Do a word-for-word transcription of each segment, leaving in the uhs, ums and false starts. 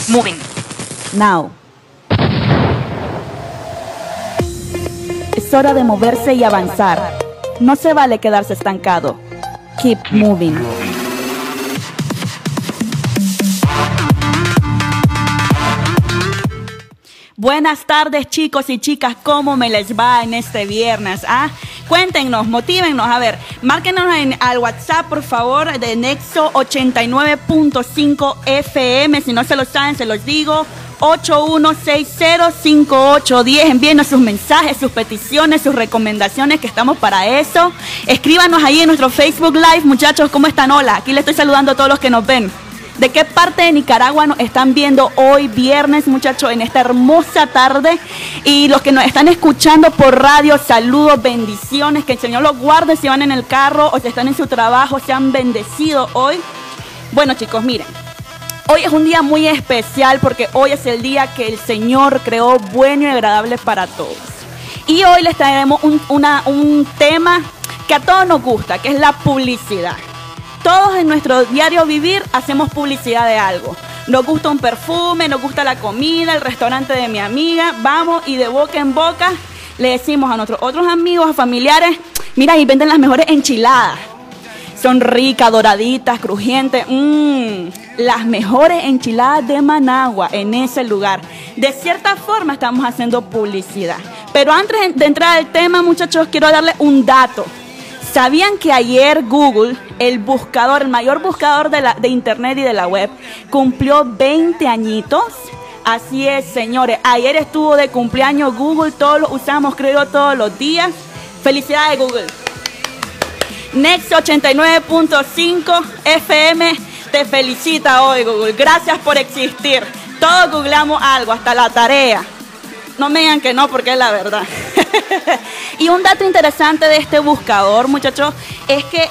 moving. Now. Es hora de moverse y avanzar. No se vale quedarse estancado. Keep moving. Buenas tardes, chicos y chicas, ¿cómo me les va en este viernes? ¿Ah? Cuéntenos, motívennos, a ver, márquenos en, al WhatsApp, por favor, de Nexo ochenta y nueve punto cinco F M, si no se lo saben, se los digo, ocho uno seis cero cinco ocho uno cero, envíenos sus mensajes, sus peticiones, sus recomendaciones, que estamos para eso. Escríbanos ahí en nuestro Facebook Live, muchachos, ¿cómo están? Hola, aquí les estoy saludando a todos los que nos ven. ¿De qué parte de Nicaragua nos están viendo hoy viernes, muchachos, en esta hermosa tarde? Y los que nos están escuchando por radio, saludos, bendiciones, que el Señor los guarde si van en el carro o si están en su trabajo, sean bendecidos hoy. Bueno, chicos, miren, hoy es un día muy especial porque hoy es el día que el Señor creó bueno y agradable para todos. Y hoy les traeremos un, una, un tema que a todos nos gusta, que es la publicidad. Todos en nuestro diario vivir hacemos publicidad de algo. Nos gusta un perfume, nos gusta la comida, el restaurante de mi amiga. Vamos y de boca en boca le decimos a nuestros otros amigos, a familiares, mira, y venden las mejores enchiladas. Son ricas, doraditas, crujientes. Mmm, las mejores enchiladas de Managua en ese lugar. De cierta forma estamos haciendo publicidad. Pero antes de entrar al tema, muchachos, quiero darles un dato. ¿Sabían que ayer Google, el buscador, el mayor buscador de, la, de internet y de la web, cumplió veinte añitos? Así es, señores. Ayer estuvo de cumpleaños Google, todos lo usamos, creo, todos los días. Felicidades, Google. Nexo ochenta y nueve punto cinco F M te felicita hoy, Google. Gracias por existir. Todos googleamos algo, hasta la tarea. No me digan que no, porque es la verdad. Y un dato interesante de este buscador, muchachos, es que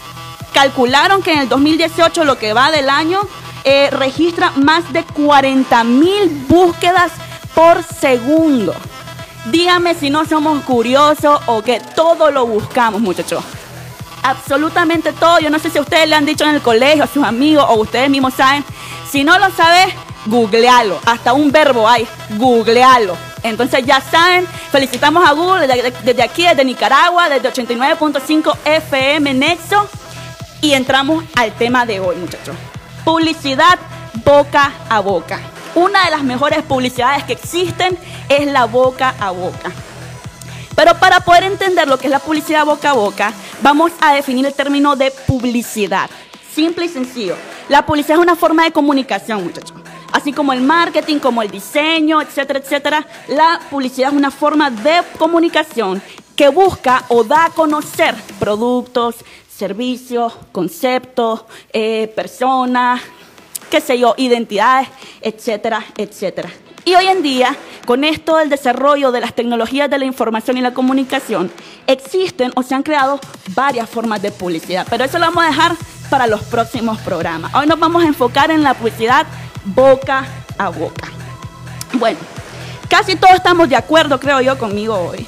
calcularon que en el dos mil dieciocho, lo que va del año, eh, registra más de cuarenta mil búsquedas por segundo. Dígame si no somos curiosos o que todo lo buscamos, muchachos. Absolutamente todo. Yo no sé si ustedes le han dicho en el colegio a sus amigos o ustedes mismos saben. Si no lo sabes, googlealo. Hasta un verbo hay, googlealo. Entonces ya saben, felicitamos a Google desde, desde aquí, desde Nicaragua, desde ochenta y nueve punto cinco F M Nexo. Y entramos al tema de hoy, muchachos. Publicidad boca a boca. Una de las mejores publicidades que existen es la boca a boca. Pero para poder entender lo que es la publicidad boca a boca, vamos a definir el término de publicidad. Simple y sencillo. La publicidad es una forma de comunicación, muchachos. Así como el marketing, como el diseño, etcétera, etcétera. La publicidad es una forma de comunicación que busca o da a conocer productos, servicios, conceptos, eh, personas, qué sé yo, identidades, etcétera, etcétera. Y hoy en día, con esto del desarrollo de las tecnologías de la información y la comunicación, existen o se han creado varias formas de publicidad. Pero eso lo vamos a dejar para los próximos programas. Hoy nos vamos a enfocar en la publicidad boca a boca. Bueno, casi todos estamos de acuerdo, creo yo, conmigo hoy,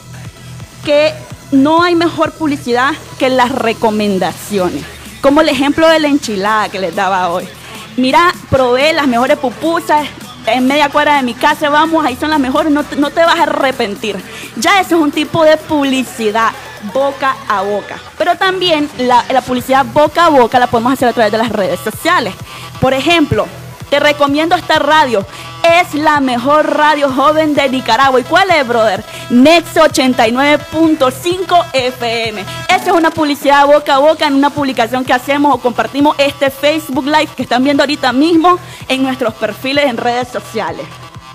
que no hay mejor publicidad que las recomendaciones. Como el ejemplo de la enchilada que les daba hoy. Mira, probé las mejores pupusas en media cuadra de mi casa, vamos, ahí son las mejores, no te, no te vas a arrepentir. Ya eso es un tipo de publicidad boca a boca. Pero también la, la publicidad boca a boca la podemos hacer a través de las redes sociales. Por ejemplo, te recomiendo esta radio. Es la mejor radio joven de Nicaragua. ¿Y cuál es, brother? Nexo ochenta y nueve punto cinco F M. Esa es una publicidad boca a boca en una publicación que hacemos o compartimos este Facebook Live que están viendo ahorita mismo en nuestros perfiles en redes sociales.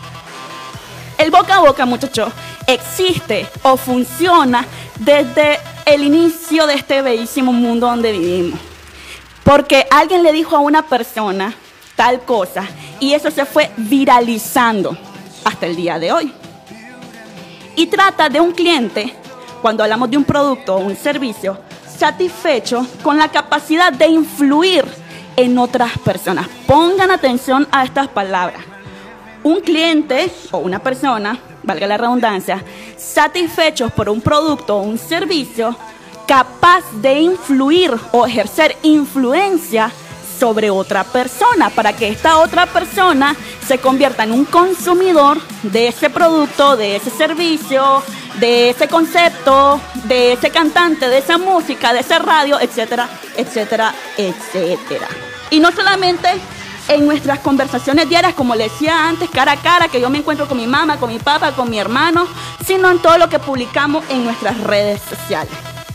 El boca a boca, muchachos, existe o funciona desde el inicio de este bellísimo mundo donde vivimos. Porque alguien le dijo a una persona tal cosa, y eso se fue viralizando hasta el día de hoy. Y trata de un cliente, cuando hablamos de un producto o un servicio, satisfecho con la capacidad de influir en otras personas. Pongan atención a estas palabras. Un cliente o una persona, valga la redundancia, satisfechos por un producto o un servicio, capaz de influir o ejercer influencia sobre otra persona, para que esta otra persona se convierta en un consumidor de ese producto, de ese servicio, de ese concepto, de ese cantante, de esa música, de ese radio, etcétera, etcétera, etcétera. Y no solamente en nuestras conversaciones diarias, como les decía antes, cara a cara, que yo me encuentro con mi mamá, con mi papá, con mi hermano, sino en todo lo que publicamos en nuestras redes sociales.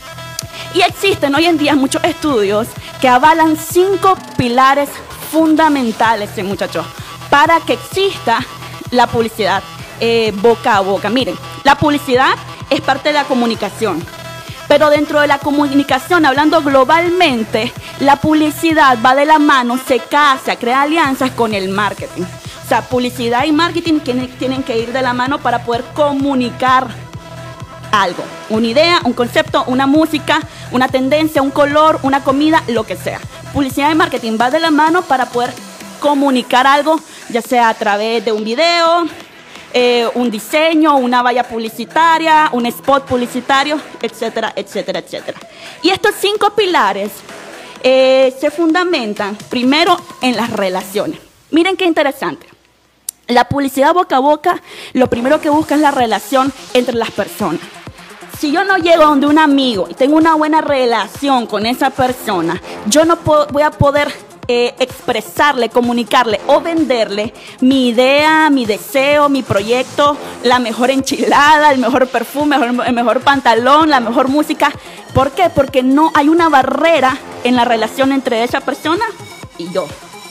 Y existen hoy en día muchos estudios que avalan cinco pilares fundamentales, eh, muchachos, para que exista la publicidad eh, boca a boca. Miren, la publicidad es parte de la comunicación, pero dentro de la comunicación, hablando globalmente, la publicidad va de la mano, se casa, crea alianzas con el marketing. O sea, publicidad y marketing tienen, tienen que ir de la mano para poder comunicar algo, una idea, un concepto, una música, una tendencia, un color, una comida, lo que sea. Publicidad y marketing va de la mano para poder comunicar algo, ya sea a través de un video, eh, un diseño, una valla publicitaria, un spot publicitario, etcétera, etcétera, etcétera. Y estos cinco pilares eh, se fundamentan primero en las relaciones. Miren qué interesante. La publicidad boca a boca, lo primero que busca es la relación entre las personas. Si yo no llego donde un amigo y tengo una buena relación con esa persona, yo no puedo, voy a poder eh, expresarle, comunicarle o venderle mi idea, mi deseo, mi proyecto, la mejor enchilada, el mejor perfume, el mejor, el mejor pantalón, la mejor música. ¿Por qué? Porque no hay una barrera en la relación entre esa persona y yo.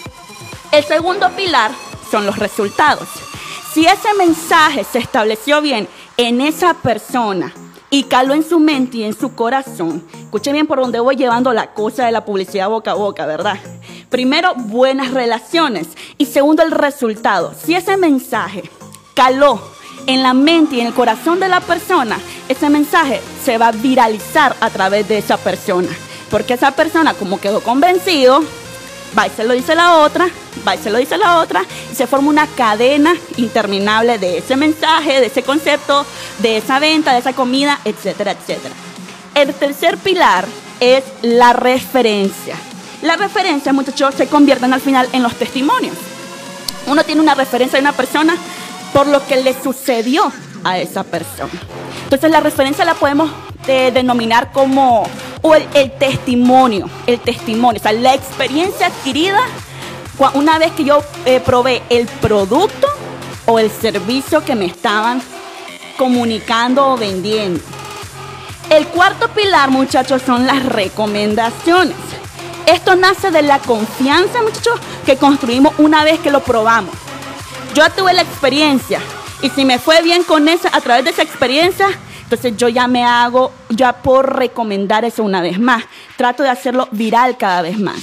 El segundo pilar son los resultados. Si ese mensaje se estableció bien en esa persona y caló en su mente y en su corazón, escuchen bien por dónde voy llevando la cosa de la publicidad boca a boca, ¿verdad? Primero, buenas relaciones. Y segundo, el resultado. Si ese mensaje caló en la mente y en el corazón de la persona, ese mensaje se va a viralizar a través de esa persona. Porque esa persona, como quedó convencido, va y se lo dice la otra, va y se lo dice la otra, y se forma una cadena interminable de ese mensaje, de ese concepto, de esa venta, de esa comida, etcétera, etcétera. El tercer pilar es la referencia. La referencia, muchachos, se convierten al final en los testimonios. Uno tiene una referencia de una persona por lo que le sucedió a esa persona. Entonces la referencia la podemos eh, denominar como o el, el testimonio, el testimonio, o sea, la experiencia adquirida una vez que yo eh, probé el producto o el servicio que me estaban comunicando o vendiendo. El cuarto pilar, muchachos, son las recomendaciones. Esto nace de la confianza, muchachos, que construimos una vez que lo probamos. Yo tuve la experiencia y si me fue bien con esa, a través de esa experiencia, entonces yo ya me hago, ya puedo recomendar eso una vez más. Trato de hacerlo viral cada vez más.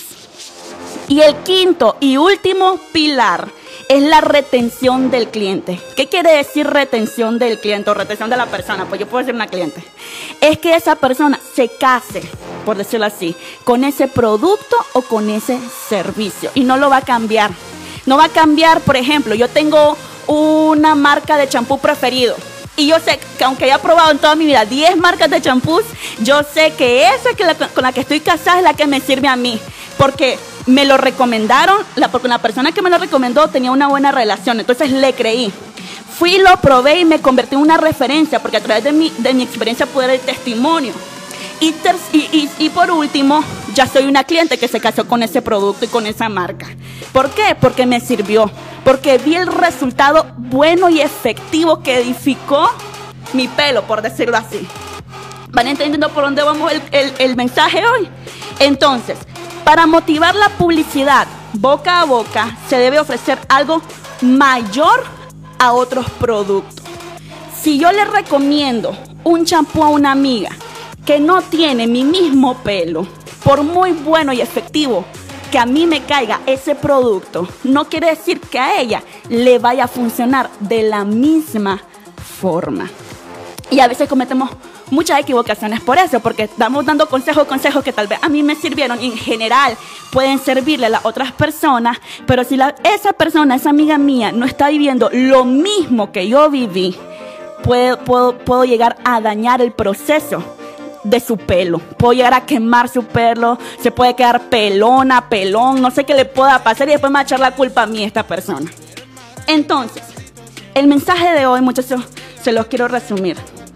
Y el quinto y último pilar es la retención del cliente. ¿Qué quiere decir retención del cliente o retención de la persona? Pues yo puedo decir una cliente. Es que esa persona se case, por decirlo así, con ese producto o con ese servicio. Y no lo va a cambiar. No va a cambiar, por ejemplo, yo tengo una marca de champú preferido. Y yo sé que aunque haya probado en toda mi vida diez marcas de champús, yo sé que esa que la, con la que estoy casada es la que me sirve a mí. Porque me lo recomendaron, la, porque la persona que me lo recomendó tenía una buena relación, entonces le creí. Fui, lo probé y me convertí en una referencia, porque a través de mi, de mi experiencia pude dar el testimonio. Y, ter, y, y, y por último, ya soy una cliente que se casó con ese producto y con esa marca. ¿Por qué? Porque me sirvió, porque vi el resultado bueno y efectivo que edificó mi pelo, por decirlo así. ¿Van entendiendo por dónde vamos el, el, el mensaje hoy? Entonces, para motivar la publicidad boca a boca, se debe ofrecer algo mayor a otros productos. Si yo le recomiendo un champú a una amiga que no tiene mi mismo pelo, por muy bueno y efectivo que a mí me caiga ese producto, no quiere decir que a ella le vaya a funcionar de la misma forma. Y a veces cometemos muchas equivocaciones por eso, porque estamos dando consejos, consejos que tal vez a mí me sirvieron y en general pueden servirle a las otras personas, pero si la, esa persona, esa amiga mía, no está viviendo lo mismo que yo viví, puedo, puedo, puedo llegar a dañar el proceso de su pelo. Puedo llegar a quemar su pelo, se puede quedar pelona, pelón, no sé qué le pueda pasar y después me va a echar la culpa a mí esta persona. Entonces, el mensaje de hoy, muchachos, se los quiero resumir.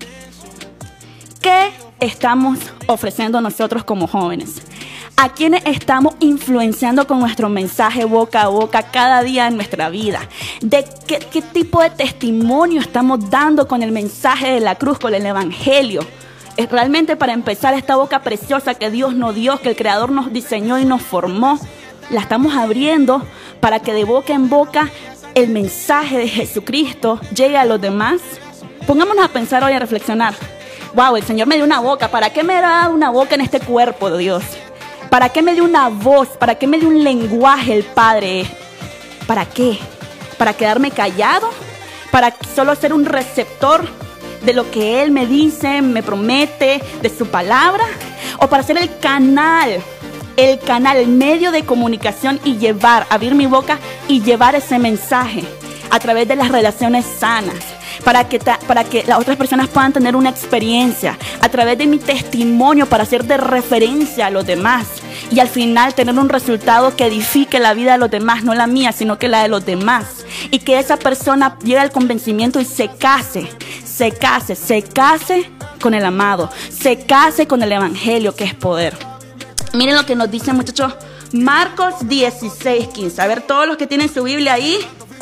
¿Qué estamos ofreciendo nosotros como jóvenes? ¿A quiénes estamos influenciando con nuestro mensaje boca a boca cada día en nuestra vida? ¿De qué, qué tipo de testimonio estamos dando con el mensaje de la cruz, con el evangelio? Es realmente, para empezar, esta boca preciosa que Dios nos dio, que el Creador nos diseñó y nos formó, la estamos abriendo para que de boca en boca el mensaje de Jesucristo llegue a los demás. Pongámonos a pensar hoy, a reflexionar. Wow, el Señor me dio una boca. ¿Para qué me da una boca en este cuerpo de Dios? ¿Para qué me dio una voz? ¿Para qué me dio un lenguaje el Padre? ¿Para qué? ¿Para quedarme callado? ¿Para solo ser un receptor de lo que Él me dice, me promete, de su palabra? ¿O para ser el canal, el canal, el medio de comunicación y llevar, abrir mi boca y llevar ese mensaje a través de las relaciones sanas? Para que, para que las otras personas puedan tener una experiencia a través de mi testimonio, para ser de referencia a los demás y al final tener un resultado que edifique la vida de los demás, no la mía, sino que la de los demás, y que esa persona llegue al convencimiento y se case, se case, se case con el amado, se case con el evangelio, que es poder. Miren lo que nos dice, muchachos, Marcos dieciséis quince. A ver, todos los que tienen su Biblia ahí,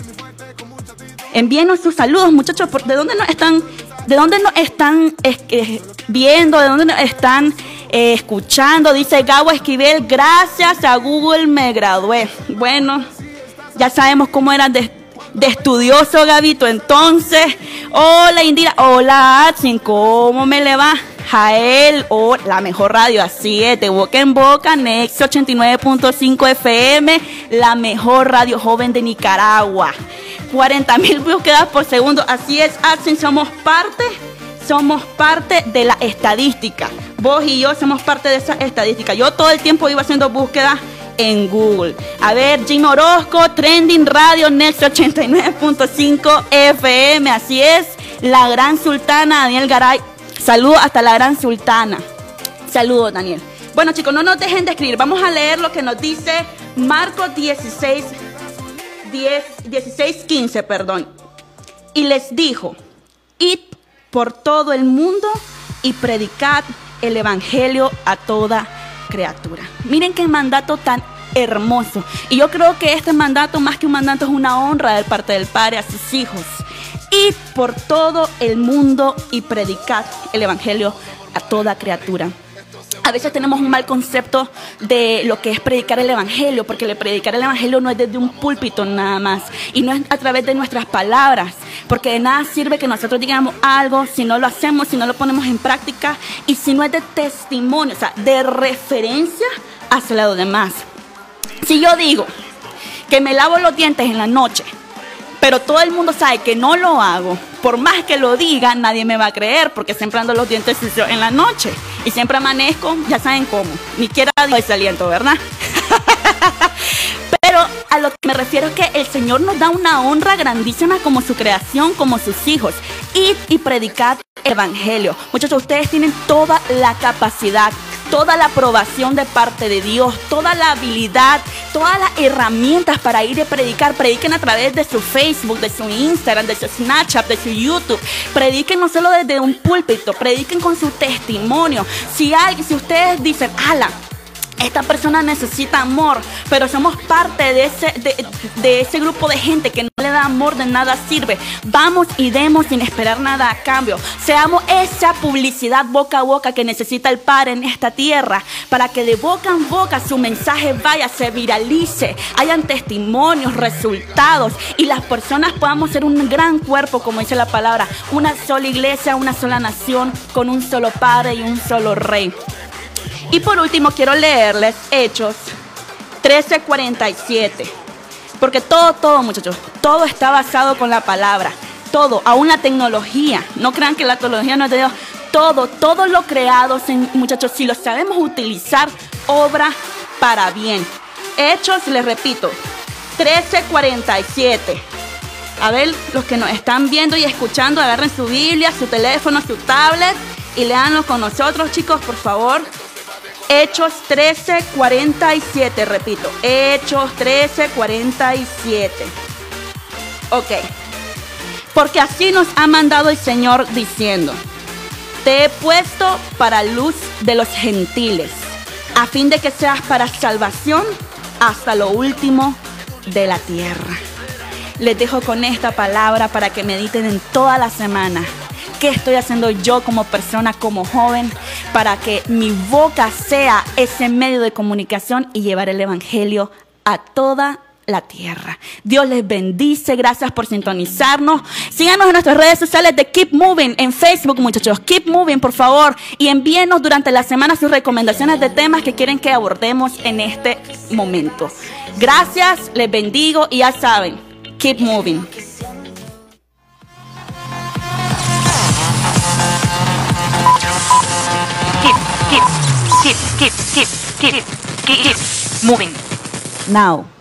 envíenos sus saludos, muchachos. ¿De dónde nos están, de dónde nos están eh, viendo? ¿De dónde nos están eh, escuchando? Dice Gabo Esquivel, gracias a Google me gradué. Bueno, ya sabemos cómo eran de, de estudioso, Gabito. Entonces, hola Indira, hola Atsin, ¿cómo me le va? Jael, oh, la mejor radio, así es, de boca en boca, Nexo ochenta y nueve punto cinco F M, la mejor radio joven de Nicaragua. cuarenta mil búsquedas por segundo, así es, Adsen, somos parte, somos parte de la estadística. Vos y yo somos parte de esa estadística. Yo todo el tiempo iba haciendo búsquedas en Google. A ver, Jim Orozco, Trending Radio, Nexo ochenta y nueve punto cinco F M, así es, la Gran Sultana, Daniel Garay. Saludos hasta la Gran Sultana. Saludos, Daniel. Bueno, chicos, no nos dejen de escribir. Vamos a leer lo que nos dice Marcos dieciséis, diez, dieciséis quince, perdón. Y les dijo, id por todo el mundo y predicad el evangelio a toda criatura. Miren qué mandato tan hermoso. Y yo creo que este mandato, más que un mandato, es una honra de parte del Padre a sus hijos. Id por todo el mundo y predicad el evangelio a toda criatura. A veces tenemos un mal concepto de lo que es predicar el evangelio, porque el predicar el evangelio no es desde un púlpito nada más, y no es a través de nuestras palabras, porque de nada sirve que nosotros digamos algo si no lo hacemos, si no lo ponemos en práctica, y si no es de testimonio, o sea, de referencia hacia los demás. Si yo digo que me lavo los dientes en la noche, pero todo el mundo sabe que no lo hago, por más que lo diga, nadie me va a creer, porque siempre ando los dientes sucios en la noche. Y siempre amanezco, ya saben cómo, ni siquiera digo ese aliento, ¿verdad? Pero a lo que me refiero es que el Señor nos da una honra grandísima como su creación, como sus hijos. Id y predicad el evangelio. Muchachos, ustedes tienen toda la capacidad, toda la aprobación de parte de Dios, toda la habilidad, todas las herramientas para ir a predicar. Prediquen a través de su Facebook, de su Instagram, de su Snapchat, de su YouTube. Prediquen no solo desde un púlpito, prediquen con su testimonio. Si alguien, si ustedes dicen, ala, esta persona necesita amor, pero somos parte de ese, de, de ese grupo de gente que no le da amor, de nada sirve. Vamos y demos sin esperar nada a cambio. Seamos esa publicidad boca a boca que necesita el Padre en esta tierra, para que de boca en boca su mensaje vaya, se viralice, hayan testimonios, resultados, y las personas podamos ser un gran cuerpo, como dice la palabra, una sola iglesia, una sola nación, con un solo Padre y un solo Rey. Y por último quiero leerles Hechos trece cuarenta y siete, porque todo, todo muchachos, todo está basado con la palabra, todo, aún la tecnología, no crean que la tecnología no es de Dios, todo, todo lo creado, muchachos, si lo sabemos utilizar, obra para bien. Hechos, les repito, trece cuarenta y siete. A ver, los que nos están viendo y escuchando, agarren su Biblia, su teléfono, su tablet y léanlo con nosotros, chicos, por favor. Hechos trece cuarenta y siete, repito, Hechos trece cuarenta y siete. Ok. Porque así nos ha mandado el Señor diciendo: te he puesto para luz de los gentiles, a fin de que seas para salvación hasta lo último de la tierra. Les dejo con esta palabra para que mediten en toda la semana. ¿Qué estoy haciendo yo como persona, como joven, para que mi boca sea ese medio de comunicación y llevar el evangelio a toda la tierra? Dios les bendice. Gracias por sintonizarnos. Síganos en nuestras redes sociales de Keep Moving en Facebook, muchachos. Keep Moving, por favor. Y envíenos durante la semana sus recomendaciones de temas que quieren que abordemos en este momento. Gracias, les bendigo y ya saben, Keep Moving. Keep, keep, keep, keep, keep, keep, keep, keep moving. Now.